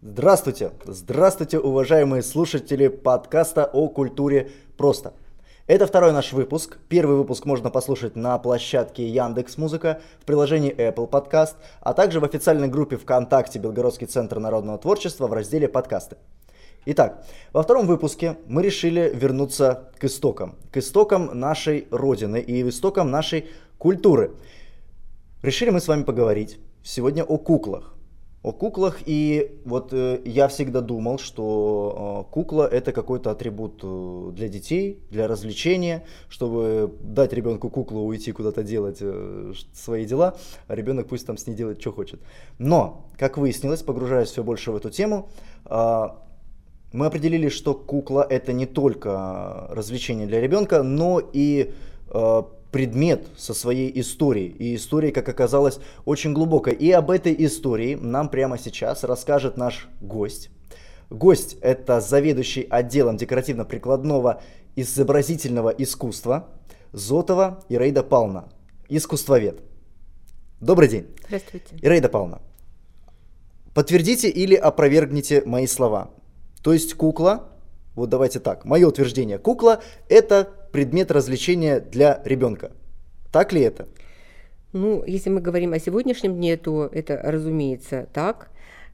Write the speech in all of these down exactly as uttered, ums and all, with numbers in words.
Здравствуйте! Здравствуйте, уважаемые слушатели подкаста о культуре просто. Это второй наш выпуск. Первый выпуск можно послушать на площадке Яндекс.Музыка, в приложении Apple Podcast, а также в официальной группе ВКонтакте Белгородский центр народного творчества в разделе «Подкасты». Итак, во втором выпуске мы решили вернуться к истокам, к истокам нашей Родины и истокам нашей культуры. Решили мы с вами поговорить сегодня о куклах. О куклах, и вот э, я всегда думал, что э, кукла это какой-то атрибут э, для детей, для развлечения, чтобы дать ребенку куклу, уйти куда-то делать э, свои дела, а ребенок пусть там с ней делает, что хочет. Но, как выяснилось, погружаясь все больше в эту тему, э, мы определили, что кукла это не только развлечение для ребенка, но и э, предмет со своей историей. И история, как оказалось, очень глубокая. И об этой истории нам прямо сейчас расскажет наш гость. Гость – это заведующий отделом декоративно-прикладного изобразительного искусства Зотова Ираида Павловна, искусствовед. Добрый день. Здравствуйте. Ираида Павловна, подтвердите или опровергните мои слова. То есть кукла, вот давайте так, мое утверждение, кукла – это предмет развлечения для ребенка. Так ли это? Ну, если мы говорим о сегодняшнем дне, то это, разумеется, так.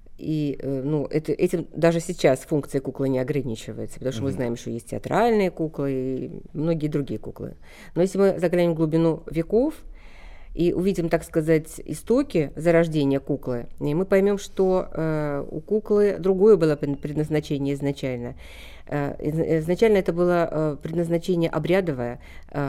И ну, это, этим даже сейчас функция куклы не ограничивается, потому что mm-hmm. мы знаем, что есть театральные куклы и многие другие куклы. Но если мы заглянем в глубину веков и увидим, так сказать, истоки зарождения куклы, и мы поймем, что э, у куклы другое было предназначение изначально. Изначально это было предназначение обрядовое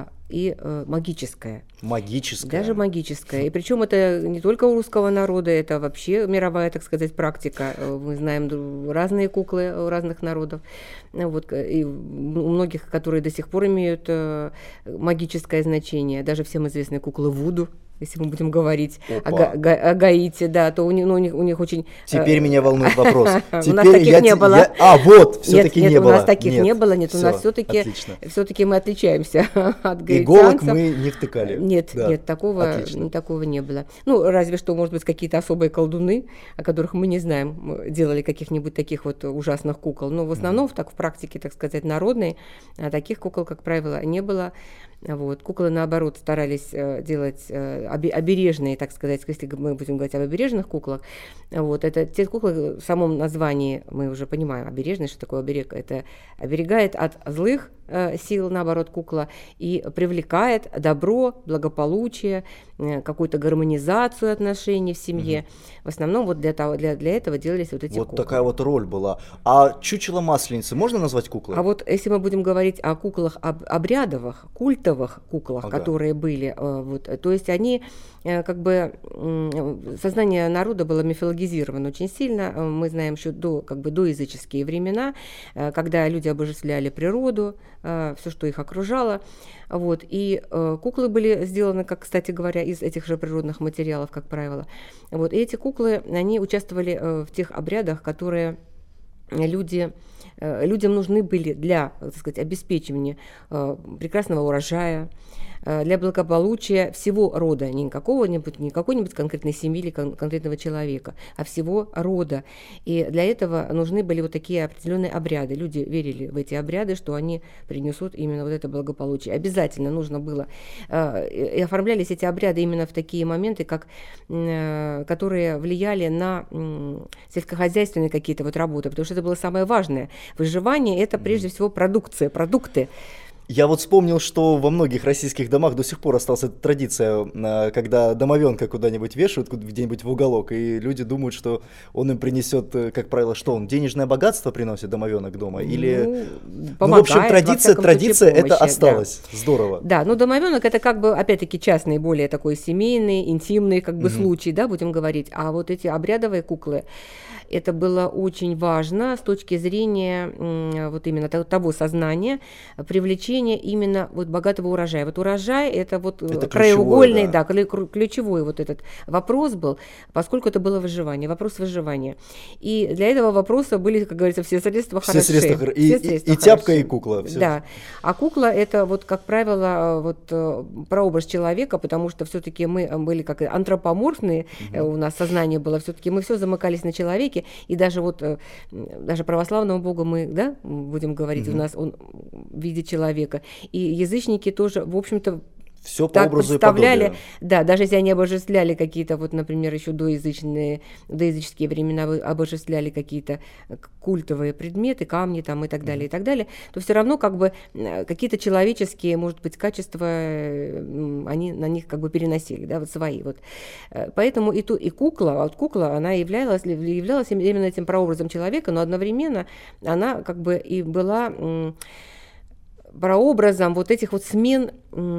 и магическое. Магическое? Даже магическое. И причем это не только у русского народа, это вообще мировая, так сказать, практика. Мы знаем разные куклы у разных народов. Вот, и у многих, которые до сих пор имеют магическое значение. Даже всем известные куклы Вуду, если мы будем говорить о, Га- Га- о Гаити, да, то у них, ну, у них, у них очень... Теперь меня волнует вопрос. У нас таких не было. А, вот, все-таки не было. У нас таких не было, нет, у нас все-таки все-таки мы отличаемся от гаитянцев. Иголок мы не втыкали. Нет, нет, такого такого не было. Ну, разве что, может быть, какие-то особые колдуны, о которых мы не знаем, делали каких-нибудь таких вот ужасных кукол. Но в основном, так в практике, так сказать, народной, таких кукол, как правило, не было. Вот. Куклы, наоборот, старались э, делать э, обережные, так сказать, если мы будем говорить об обережных куклах. Вот. Это те куклы, в самом названии мы уже понимаем, обережные, что такое оберег. Это оберегает от злых э, сил, наоборот, кукла, и привлекает добро, благополучие, э, какую-то гармонизацию отношений в семье. Mm-hmm. В основном вот для, того, для, для этого делались вот эти вот куклы. Вот такая вот роль была. А чучело Масленицы можно назвать куклой? А вот если мы будем говорить о куклах об, обрядовых, культовых, куклах, ага. которые были, вот, то есть они как бы сознание народа было мифологизировано очень сильно. Мы знаем еще до, как бы доязыческие времена, когда люди обожествляли природу, все, что их окружало. Вот, и куклы были сделаны, как, кстати говоря, из этих же природных материалов, как правило. Вот, и эти куклы, они участвовали в тех обрядах, которые люди людям нужны были для, так сказать, обеспечивания э, прекрасного урожая, э, для благополучия всего рода, не какого-нибудь, не какой-нибудь конкретной семьи или кон- конкретного человека, а всего рода. И для этого нужны были вот такие определенные обряды. Люди верили в эти обряды, что они принесут именно вот это благополучие. Обязательно нужно было, э, и оформлялись эти обряды именно в такие моменты, как, э, которые влияли на э, сельскохозяйственные какие-то вот работы, потому что это было самое важное. Выживание – это прежде всего продукция, продукты. Я вот вспомнил, что во многих российских домах до сих пор осталась эта традиция, когда домовенка куда-нибудь вешают, где-нибудь в уголок, и люди думают, что он им принесет, как правило, что он, денежное богатство приносит домовенок дома? Или... Ну, помогает, ну, в общем, традиция, традиция помощи, это осталось. Да. Здорово. Да, но домовенок – это как бы, опять-таки, частный, более такой семейный, интимный как бы mm-hmm. случай, да, будем говорить. А вот эти обрядовые куклы, это было очень важно с точки зрения вот именно того сознания, привлечения ощущение именно вот богатого урожая. Вот урожай это вот это краеугольный, да. да, ключевой вот этот вопрос был, поскольку это было выживание, вопрос выживания. И для этого вопроса были, как говорится, все средства все хороши. Средства, и, все средства и, и тяпка, и кукла. Все. Да. А кукла это вот, как правило, вот прообраз человека, потому что все-таки мы были как антропоморфные, угу. у нас сознание было, все-таки мы все замыкались на человеке, и даже вот даже православному богу мы, да, будем говорить, угу. у нас он в виде человека. И язычники тоже, в общем-то, все по так образу представляли, и подобию. Да, даже если они обожествляли какие-то, вот, например, еще доязычные, доязыческие времена обожествляли какие-то культовые предметы, камни там и так далее, mm-hmm. и так далее, то все равно как бы какие-то человеческие, может быть, качества, они на них как бы переносили, да, вот свои. Вот. Поэтому и, ту, и кукла, вот кукла, она являлась, являлась именно этим прообразом человека, но одновременно она как бы и была прообразом вот этих вот смен,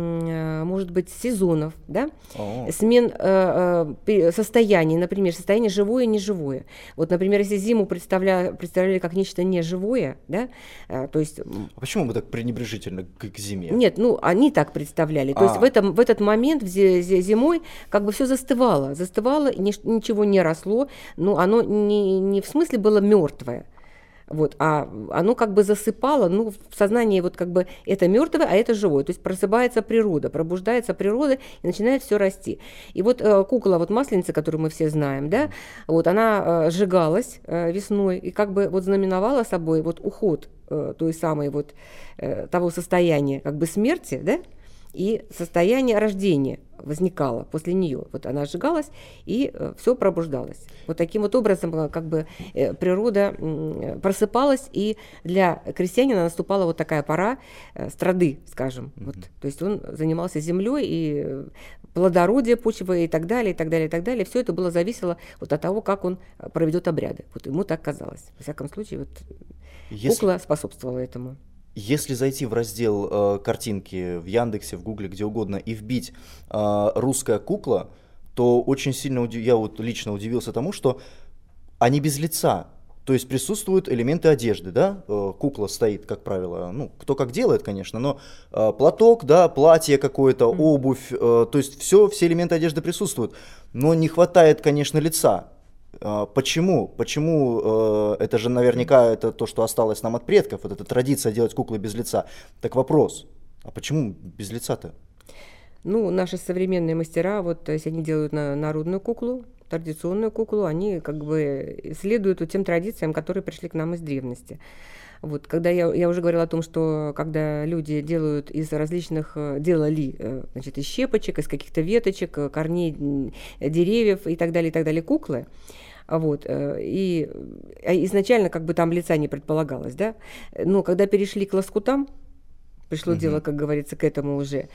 может быть, сезонов, да? Oh. смен э, э, состояний, например, состояние живое и неживое. Вот, например, если зиму представля, представляли как нечто неживое, да, э, то есть... А почему мы так пренебрежительно к, к зиме? Нет, ну, они так представляли. То ah. есть в, этом, в этот момент в зимой как бы все застывало, застывало, ничего не росло, но оно не, не в смысле было мертвое. Вот, а оно как бы засыпало, ну, в сознании вот как бы это мертвое, а это живое. То есть просыпается природа, пробуждается природа и начинает все расти. И вот э, кукла, вот масленица, которую мы все знаем, да, вот она э, сжигалась э, весной и как бы вот знаменовала собой вот уход э, той самой вот э, того состояния как бы смерти, да, и состояние рождения возникало после нее. Вот она сжигалась, и э, все пробуждалось. Вот таким вот образом как бы э, природа э, просыпалась, и для крестьянина наступала вот такая пора э, страды, скажем. Mm-hmm. Вот, то есть он занимался землей, и плодородие почвы, и так далее, и так далее, и так далее. Все это было зависело вот от того, как он проведет обряды. Вот ему так казалось. Во всяком случае, вот Если... кукла способствовала этому. Если зайти в раздел э, картинки в Яндексе, в Гугле, где угодно, и вбить э, «русская кукла», то очень сильно удив... я вот лично удивился тому, что они без лица. То есть присутствуют элементы одежды, да, э, кукла стоит, как правило, ну, кто как делает, конечно, но э, платок, да, платье какое-то, mm. обувь, э, то есть все, все элементы одежды присутствуют, но не хватает, конечно, лица. Почему? Почему э, это же наверняка это то, что осталось нам от предков, вот эта традиция делать куклы без лица. Так вопрос, а почему без лица-то? Ну, наши современные мастера, вот если они делают на, народную куклу, традиционную куклу, они как бы следуют тем традициям, которые пришли к нам из древности. Вот, когда я, я уже говорила о том, что когда люди делают из различных, делали, значит, из щепочек, из каких-то веточек, корней деревьев и так далее, и так далее, куклы, вот, и изначально как бы там лица не предполагалось, да, но когда перешли к лоскутам, пришло угу. дело, как говорится, к этому уже,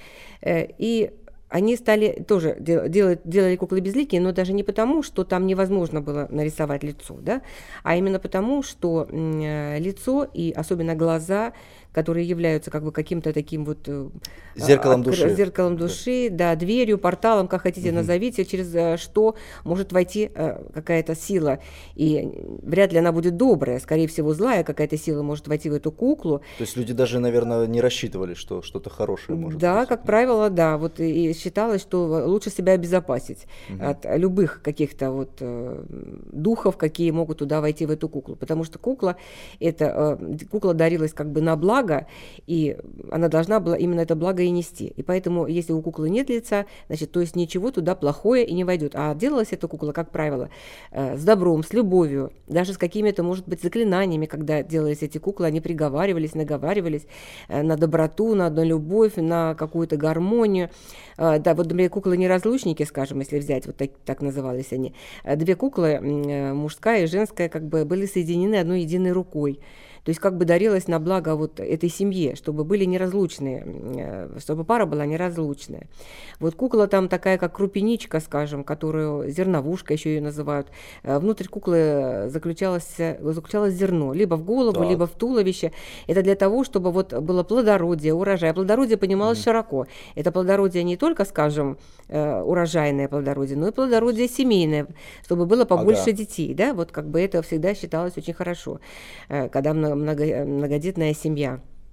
и они стали тоже делать, делали куклы безликие, но даже не потому, что там невозможно было нарисовать лицо, да, а именно потому, что э, лицо и особенно глаза, которые являются как бы каким-то таким вот зеркалом от, души, зеркалом души, да, дверью, порталом, как хотите угу. назовите, через что может войти э, какая-то сила, и вряд ли она будет добрая, скорее всего злая какая-то сила может войти в эту куклу. То есть люди даже, наверное, не рассчитывали, что что-то хорошее может да, быть. как правило, да, вот и считалось, что лучше себя обезопасить угу. от любых каких-то вот э, духов, какие могут туда войти в эту куклу, потому что кукла, это, э, кукла дарилась как бы на благо, и она должна была именно это благо и нести. И поэтому, если у куклы нет лица, значит, то есть ничего туда плохое и не войдет. А делалась эта кукла, как правило, э, с добром, с любовью, даже с какими-то, может быть, заклинаниями, когда делались эти куклы, они приговаривались, наговаривались э, на доброту, на, на любовь, на какую-то гармонию. Э, да, вот, например, куклы-неразлучники, скажем, если взять, вот так, так назывались они. Две куклы, э, мужская и женская, как бы были соединены одной единой рукой. То есть как бы дарилось на благо вот этой семье, чтобы были неразлучные, чтобы пара была неразлучная. Вот кукла там такая, как крупиничка, скажем, которую зерновушка еще ее называют. Внутрь куклы заключалось, заключалось зерно, либо в голову, так. либо в туловище. Это для того, чтобы вот было плодородие, урожай. А плодородие понималось mm. широко. Это плодородие не только, скажем, урожайное плодородие, но и плодородие семейное, чтобы было побольше ага. детей. Да? Вот как бы это всегда считалось очень хорошо, когда много, многодетная семья.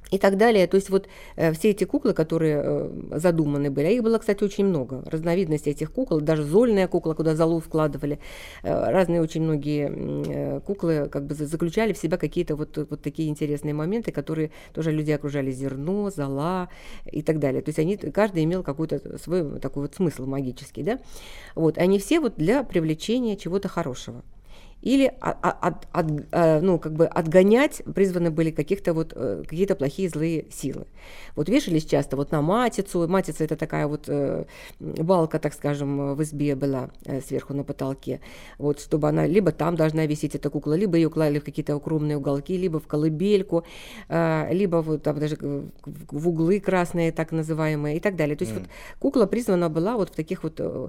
и так далее. То есть вот э, все эти куклы, которые э, задуманы были, а их было, кстати, очень много, разновидностей этих кукол, даже зольная кукла, куда золу вкладывали, э, разные очень многие э, куклы как бы заключали в себя какие-то вот, вот такие интересные моменты, которые тоже люди окружали: зерно, зола и так далее. То есть они, каждый имел какой-то свой такой вот смысл магический, да? Вот, они все вот для привлечения чего-то хорошего. Или от, от, от, ну, как бы отгонять призваны были каких-то вот, какие-то плохие злые силы. Вот вешались часто вот на матицу. Матица — это такая вот э, балка, так скажем, в избе была э, сверху на потолке. Вот, чтобы она либо там должна висеть, эта кукла, либо ее клали в какие-то укромные уголки, либо в колыбельку, э, либо вот там даже в углы красные, так называемые, и так далее. То есть mm. вот кукла призвана была вот в таких вот э,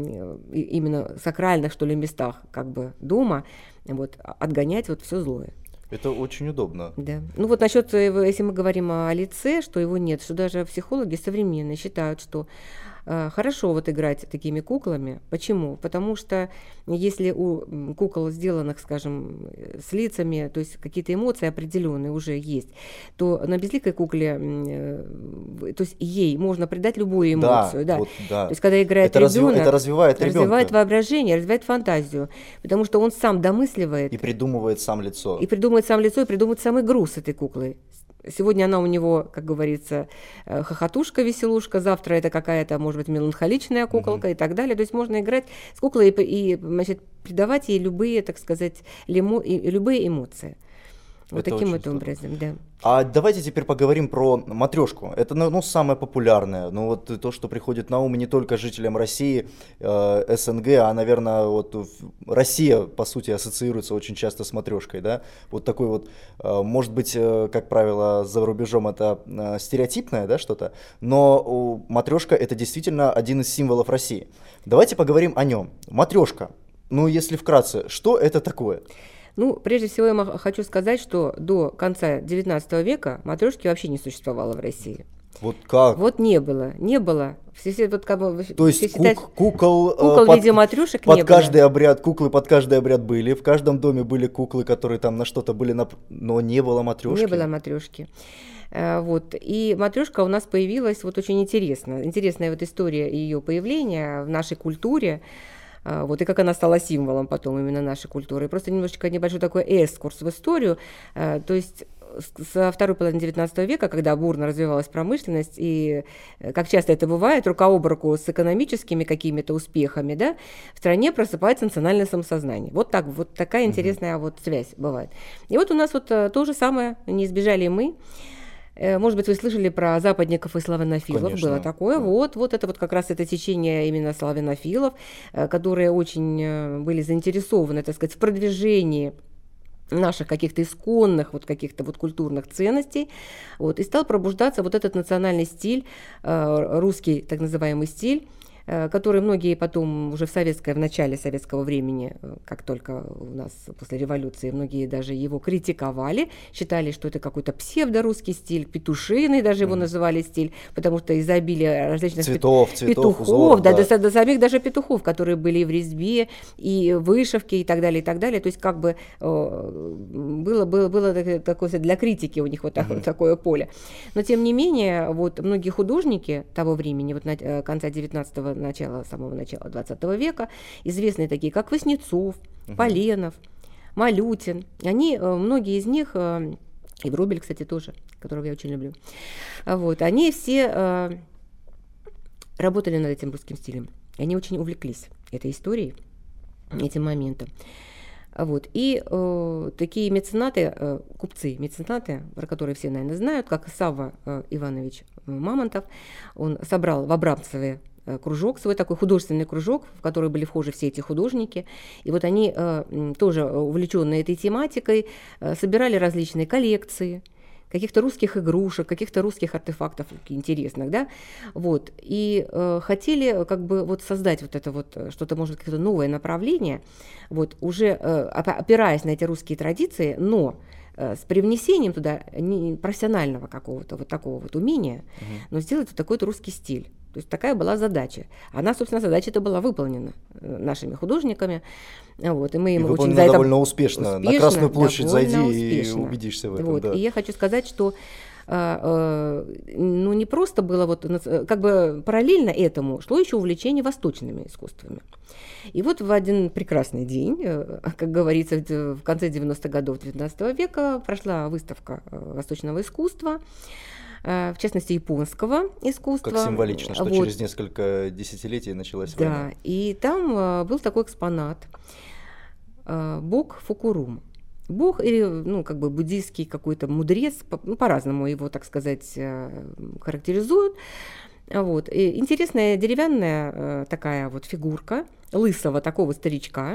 именно сакральных, что ли, местах как бы дома, вот, отгонять вот все злое. Это очень удобно. Да. Ну вот насчет, если мы говорим о лице, что его нет, что даже психологи современные считают, что э, хорошо вот играть такими куклами. Почему? Потому что если у кукол, сделанных, скажем, с лицами, то есть какие-то эмоции определенные уже есть, то на безликой кукле, э, то есть ей можно придать любую эмоцию. Да, да. Вот, да. То есть когда играет это ребенок, разви... это развивает, развивает воображение, развивает фантазию, потому что он сам домысливает. И придумывает сам лицо. И придумывает сам лицо, и придумывает сам игру с этой куклой. Сегодня она у него, как говорится, хохотушка, веселушка, завтра это какая-то, может быть, меланхоличная куколка uh-huh. и так далее. То есть можно играть с куклой и, и значит, придавать ей любые, так сказать, лимо, и, любые эмоции. Вот это таким вот образом, да. А давайте теперь поговорим про матрешку. Это ну, самое популярное. Ну вот то, что приходит на ум не только жителям России, э, СНГ, а, наверное, вот Россия, по сути, ассоциируется очень часто с матрешкой, да. Вот такой вот, э, может быть, э, как правило, за рубежом это э, стереотипное, да, что-то, но э, матрешка — это действительно один из символов России. Давайте поговорим о нем. Матрешка. Ну, если вкратце, что это такое? Ну, прежде всего, я хочу сказать, что до конца девятнадцатого века матрешки вообще не существовало в России. Вот как? Вот не было, не было. Все, все, вот, как бы, То есть кук, считают, кукол, кукол в виде матрешек под не каждый было. обряд, куклы под каждый обряд были, в каждом доме были куклы, которые там на что-то были, на... но не было матрешки. Не было матрешки. Вот. И матрешка у нас появилась вот очень интересно. Интересная вот история ее появления в нашей культуре. Вот, и как она стала символом потом именно нашей культуры. Просто немножечко небольшой такой экскурс в историю. То есть со второй половины девятнадцатого века, когда бурно развивалась промышленность, и, как часто это бывает, рука об руку с экономическими какими-то успехами, да, в стране просыпается национальное самосознание. Вот так, вот такая интересная вот связь бывает. И вот у нас вот то же самое, не избежали мы. Может быть, вы слышали про западников и славянофилов. Конечно. Было такое. Да. Вот, вот это вот как раз это течение именно славянофилов, которые очень были заинтересованы, так сказать, в продвижении наших каких-то исконных вот каких-то вот культурных ценностей, вот, и стал пробуждаться вот этот национальный стиль, русский так называемый стиль, который многие потом уже в советское, в начале советского времени, как только у нас после революции, многие даже его критиковали, считали, что это какой-то псевдорусский стиль, петушиный даже его mm. называли стиль, потому что изобилие различных цветов, пет... цветов, петухов, узоров, да, да. До, до самих даже петухов, которые были и в резьбе, и вышивке, и так далее, и так далее. То есть как бы было, было, было такое для критики у них вот, так, mm-hmm. вот такое поле. Но тем не менее, вот многие художники того времени, вот на конца девятнадцатого начала, самого начала двадцатого века, известные такие, как Васнецов, uh-huh. Поленов, Малютин. Они, многие из них, и Врубель, кстати, тоже, которого я очень люблю, вот, они все работали над этим русским стилем. Они очень увлеклись этой историей, этим моментом. Вот. И э, такие меценаты, э, купцы, меценаты, про которые все, наверное, знают, как Савва э, Иванович Мамонтов, он собрал в Абрамцеве кружок, свой такой художественный кружок, в который были вхожи все эти художники. И вот они, э, тоже увлеченные этой тематикой, э, собирали различные коллекции каких-то русских игрушек, каких-то русских артефактов интересных, да, вот, и э, хотели как бы вот создать вот это вот что-то, может, какое-то новое направление, вот, уже э, опираясь на эти русские традиции, но э, с привнесением туда не профессионального какого-то вот такого вот умения, угу. но сделать вот такой-то русский стиль. То есть такая была задача. Она, собственно, задача-то была выполнена нашими художниками. Вот, и мы им и очень за это довольно успешно. успешно. На Красную площадь зайди успешно. И убедишься в этом. Вот. Да. И я хочу сказать, что ну, не просто было вот, как бы параллельно этому шло еще увлечение восточными искусствами. И вот в один прекрасный день, как говорится, в конце девяностых годов девятнадцатого века прошла выставка восточного искусства, в частности, японского искусства. Как символично, что вот. через несколько десятилетий началась да, война. Да, и там был такой экспонат бог Фукурум. Бог или, ну, как бы буддийский какой-то мудрец, по, ну, по-разному его, так сказать, характеризуют. Вот. И интересная деревянная такая вот фигурка лысого такого старичка.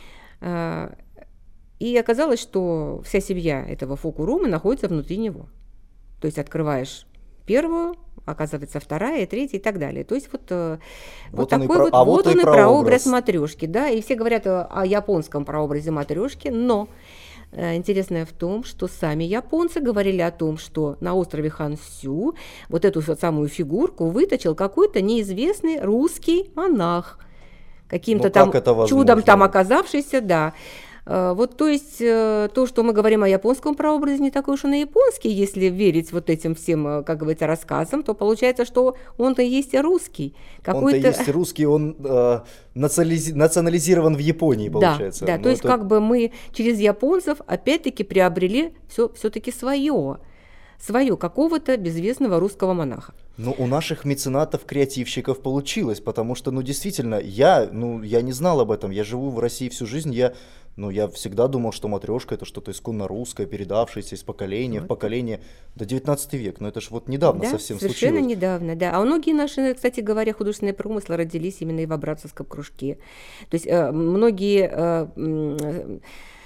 И оказалось, что вся семья этого Фукурума находится внутри него. То есть открываешь первую, оказывается вторая, третья и так далее. То есть вот, вот, вот такой про... вот, а вот, вот он и прообраз, прообраз матрешки. Да? И все говорят о японском прообразе матрешки, но интересное в том, что сами японцы говорили о том, что на острове Хансю вот эту вот самую фигурку выточил какой-то неизвестный русский монах, каким-то там чудом там оказавшийся, да. Вот, то есть, то, что мы говорим о японском прообразе, не такой уж он и японский, если верить вот этим всем, как говорится, рассказам, то получается, что он-то и есть русский. Он-то есть русский, он э, национализи- национализирован в Японии, получается. Да, да, то есть, это... как бы мы через японцев опять-таки приобрели все, все-таки свое, свое какого-то безвестного русского монаха. Ну, у наших меценатов, креативщиков получилось, потому что, ну, действительно, я, ну, я не знал об этом, я живу в России всю жизнь, я... Ну, я всегда думал, что матрешка это что-то исконно русское, передавшееся из поколения вот. в поколение до девятнадцатый век. Но это же вот недавно да, совсем совершенно случилось. Совершенно недавно, да. А многие наши, кстати говоря, художественные промыслы родились именно и в Абрацевском кружке. То есть э, многие... Э, э,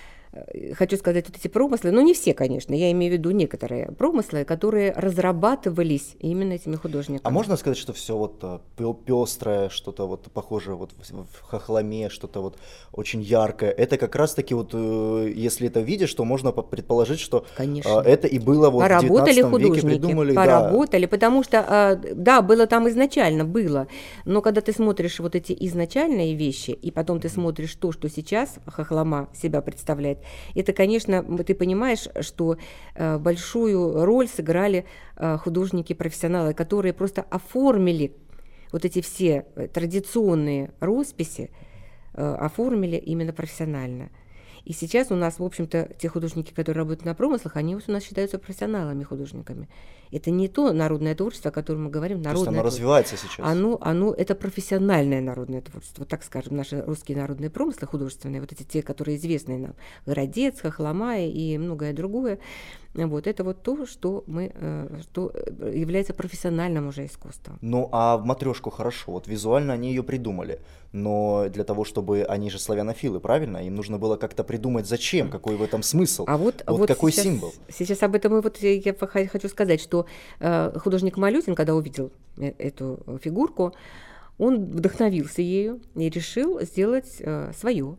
Хочу сказать, вот эти промыслы, ну не все, конечно, я имею в виду некоторые промыслы, которые разрабатывались именно этими художниками. А можно сказать, что все вот пестрое, что-то вот похожее вот в хохломе, что-то вот очень яркое, это как раз-таки вот, если это видишь, то можно предположить, что конечно. это и было вот поработали в девятнадцатом веке, придумали. Поработали, да. Потому что, да, было там изначально, было, но когда ты смотришь вот эти изначальные вещи, и потом ты смотришь то, что сейчас хохлома себя представляет, это, конечно, ты понимаешь, что э, большую роль сыграли э, художники-профессионалы, которые просто оформили вот эти все традиционные росписи, э, оформили именно профессионально. И сейчас у нас, в общем-то, те художники, которые работают на промыслах, они вот у нас считаются профессионалами художниками. Это не то народное творчество, о котором мы говорим. Народное то есть оно творчество. развивается сейчас? Оно, оно, это профессиональное народное творчество. Вот так скажем, наши русские народные промыслы художественные, вот эти те, которые известны нам, Городец, Хохлома и многое другое, вот, это вот то, что, мы, что является профессиональным уже искусством. Ну, а матрешку хорошо, вот визуально они ее придумали, но для того, чтобы, они же славянофилы, правильно? Им нужно было как-то придумать, зачем, какой в этом смысл, а вот, вот, вот какой сейчас, символ. Сейчас об этом и вот я хочу сказать, что э, художник Малютин, когда увидел эту фигурку, он вдохновился ею и решил сделать э, свое.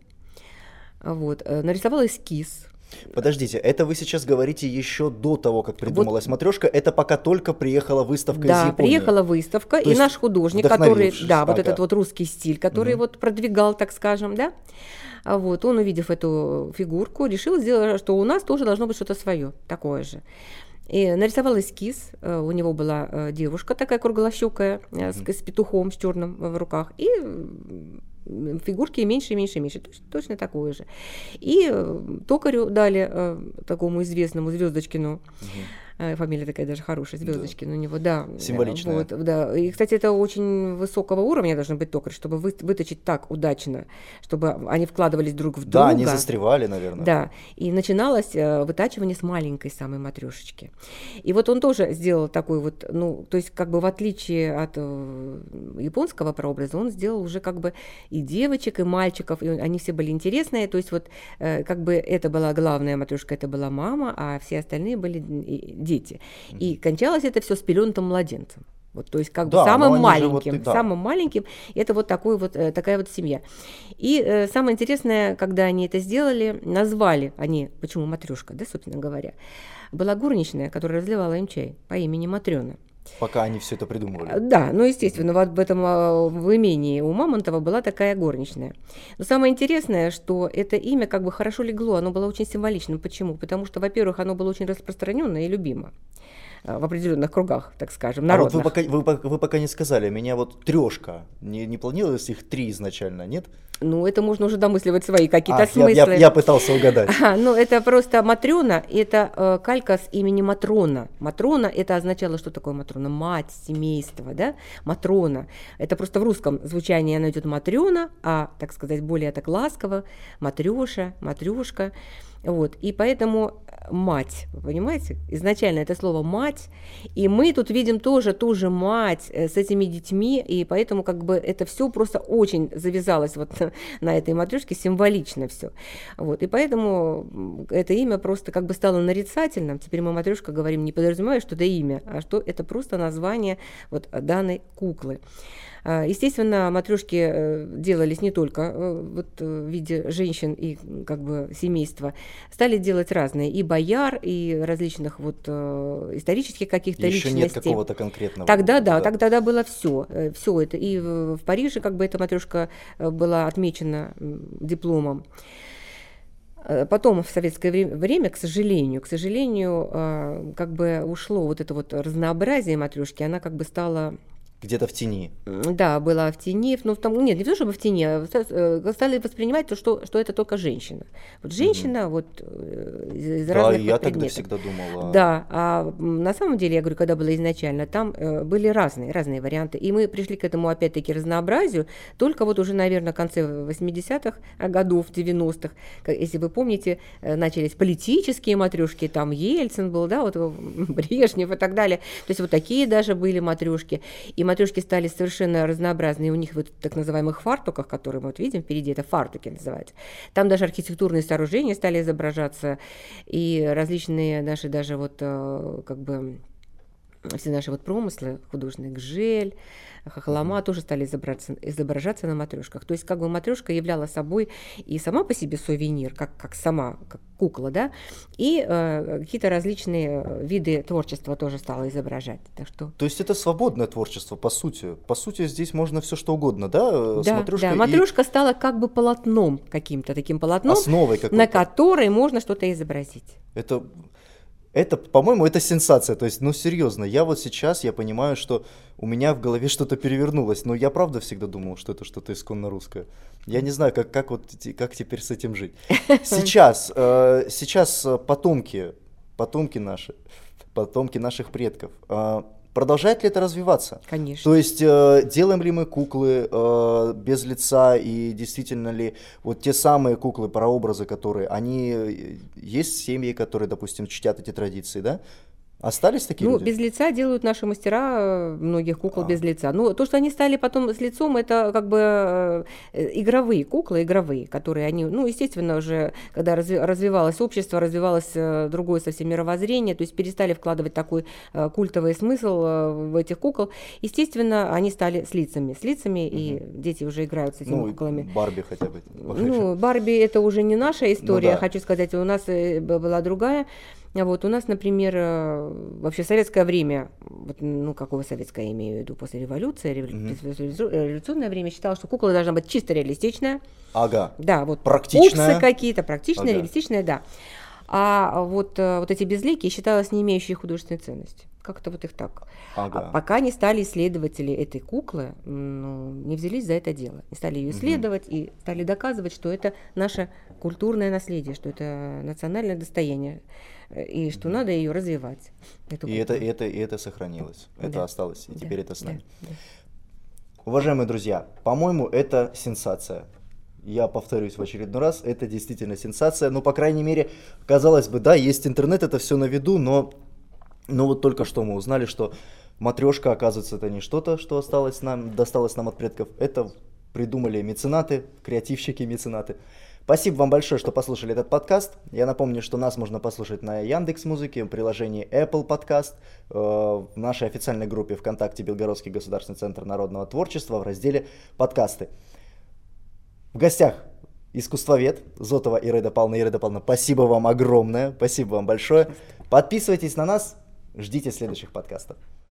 Вот, э, нарисовал эскиз. Подождите, это вы сейчас говорите еще до того, как придумалась вот, матрешка, это пока только приехала выставка да, из Японии? Да, приехала выставка, то и наш художник, который, да, вот ага. этот вот русский стиль, который угу. вот продвигал, так скажем, да, вот, он, увидев эту фигурку, решил сделать, что у нас тоже должно быть что-то свое, такое же. И нарисовал эскиз, у него была девушка такая круглощекая, mm-hmm. с, с петухом, с черным в руках, и фигурки меньше, меньше, меньше, точно, точно такое же. И токарю дали, такому известному Звездочкину, mm-hmm. фамилия такая даже хорошая, Звездочкин да. у него, да. Символичная. Вот, да. И, кстати, это очень высокого уровня должен быть токарь, чтобы вы, выточить так удачно, чтобы они вкладывались друг в друга. Да, они застревали, наверное. Да, и начиналось вытачивание с маленькой самой матрешечки. И вот он тоже сделал такой вот, ну, то есть как бы в отличие от японского прообраза, он сделал уже как бы и девочек, и мальчиков, и они все были интересные, то есть вот как бы это была главная матрешка, это была мама, а все остальные были дети. Mm-hmm. И кончалось это все с пеленутым младенцем. Вот, то есть как да, бы самым маленьким, вот, да. самым маленьким, это вот, такой вот такая вот семья. И э, самое интересное, когда они это сделали, назвали они, почему матрешка, да, собственно говоря, была горничная, которая разливала им чай по имени Матрёна. Пока они все это придумывали. Да, ну, естественно, вот в этом в имении у Мамонтова была такая горничная. Но самое интересное, что это имя как бы хорошо легло, оно было очень символичным. Почему? Потому что, во-первых, оно было очень распространенное и любимо. в определенных кругах, так скажем, народных. А вот вы пока, вы, вы пока не сказали, меня вот трешка, не, не планировалось их три изначально, нет? Ну, это можно уже домысливать свои какие-то а, смыслы. Я, я, я пытался угадать. А, ну, это просто Матрёна, это э, калька с имени Матрона. Матрона, это означало, что такое Матрона? Мать семейства, да? Матрона. Это просто в русском звучании она идет Матрёна, а, так сказать, более так ласково, Матрёша, Матрёшка. Вот, и поэтому мать, вы понимаете, изначально это слово мать, и мы тут видим тоже ту же мать с этими детьми, и поэтому как бы это все просто очень завязалось вот на, на этой матрешке, символично все. Вот, и поэтому это имя просто как бы стало нарицательным. Теперь мы матрешка говорим, не подразумевая, что это имя, а что это просто название вот данной куклы. Естественно, матрешки делались не только вот в виде женщин и как бы семейства, стали делать разные, и бояр, и различных вот исторических каких-то Еще личностей. Нет какого-то конкретного. Тогда да, да. тогда да, было все, все это. И в Париже как бы эта матрешка была отмечена дипломом. Потом в советское время, к сожалению, к сожалению, как бы ушло вот это вот разнообразие матрешки, она как бы стала где-то в тени. Да, была в тени, но там, нет, не то чтобы в тени, а стали воспринимать то, что, что это только женщина. Вот женщина, mm-hmm. вот из да, разных и я вот тогда предметов. всегда думала. Да, а на самом деле, я говорю, когда было изначально, там э, были разные, разные варианты, и мы пришли к этому, опять-таки, разнообразию, только вот уже, наверное, в конце восьмидесятых годов, девяностых, если вы помните, начались политические матрешки, там Ельцин был, да, вот Брежнев и так далее, то есть вот такие даже были матрешки, и матрешки стали совершенно разнообразные, у них вот в так называемых фартуках, которые мы вот видим впереди, это фартуки называются. Там даже архитектурные сооружения стали изображаться, и различные наши даже вот как бы все наши вот промыслы художественные, гжель, хохлома mm-hmm. тоже стали изображаться, изображаться на матрешках. То есть как бы матрешка являла собой и сама по себе сувенир, как, как сама, как кукла, да, и э, какие-то различные виды творчества тоже стала изображать. Так что... То есть это свободное творчество, по сути. По сути, здесь можно все что угодно, да? Да, да. Матрешка и... стала как бы полотном, каким-то таким полотном, основой какой-то, на которой можно что-то изобразить. Это... Это, по-моему, это сенсация, то есть, ну, серьезно, я вот сейчас, я понимаю, что у меня в голове что-то перевернулось, но я правда всегда думал, что это что-то исконно русское. Я не знаю, как, как, вот, как теперь с этим жить. Сейчас, э, сейчас потомки, потомки наши, потомки наших предков, э, продолжает ли это развиваться? Конечно. То есть э, делаем ли мы куклы э, без лица, и действительно ли вот те самые куклы, прообразы, которые, они, есть семьи, которые, допустим, чтят эти традиции, да? Остались такие ну, люди? Без лица делают наши мастера многих кукол а. без лица. Ну, то, что они стали потом с лицом, это как бы э, игровые куклы, игровые, которые они, ну, естественно, уже, когда разви- развивалось общество, развивалось э, другое совсем мировоззрение, то есть перестали вкладывать такой э, культовый смысл э, в этих кукол. Естественно, они стали с лицами, с лицами, угу. и дети уже играют с этими ну, куклами. Барби хотя бы. Ну, Барби это уже не наша история, ну, да. хочу сказать, у нас была другая. Вот, у нас, например, вообще в советское время, ну, какого советское я имею в виду, после революции, mm-hmm. революционное время считалось, что кукла должна быть чисто реалистичная. Ага. Да, вот практичная. Упсы какие-то, практичные, ага. реалистичные, да. А вот, вот эти безликие считалось не имеющие художественной ценности. Как-то вот их так. Ага. А пока не стали исследователи этой куклы, ну, не взялись за это дело. Не стали ее исследовать угу. и стали доказывать, что это наше культурное наследие, что это национальное достояние, и что угу. надо ее развивать. И это, и, это, и это сохранилось, да. это осталось, и да. теперь это с нами. Да. Да. Уважаемые друзья, по-моему, это сенсация. Я повторюсь в очередной раз, это действительно сенсация. Ну, по крайней мере, казалось бы, да, есть интернет, это все на виду, но... Ну вот только что мы узнали, что матрешка, оказывается, это не что-то, что осталось нам, досталось нам от предков. Это придумали меценаты, креативщики меценаты. Спасибо вам большое, что послушали этот подкаст. Я напомню, что нас можно послушать на Яндекс.Музыке, в приложении Apple Podcast, в нашей официальной группе ВКонтакте Белгородский государственный центр народного творчества в разделе «Подкасты». В гостях искусствовед Зотова Ираида Павловна. Ираида Павловна, спасибо вам огромное, спасибо вам большое. Подписывайтесь на нас. Ждите следующих подкастов.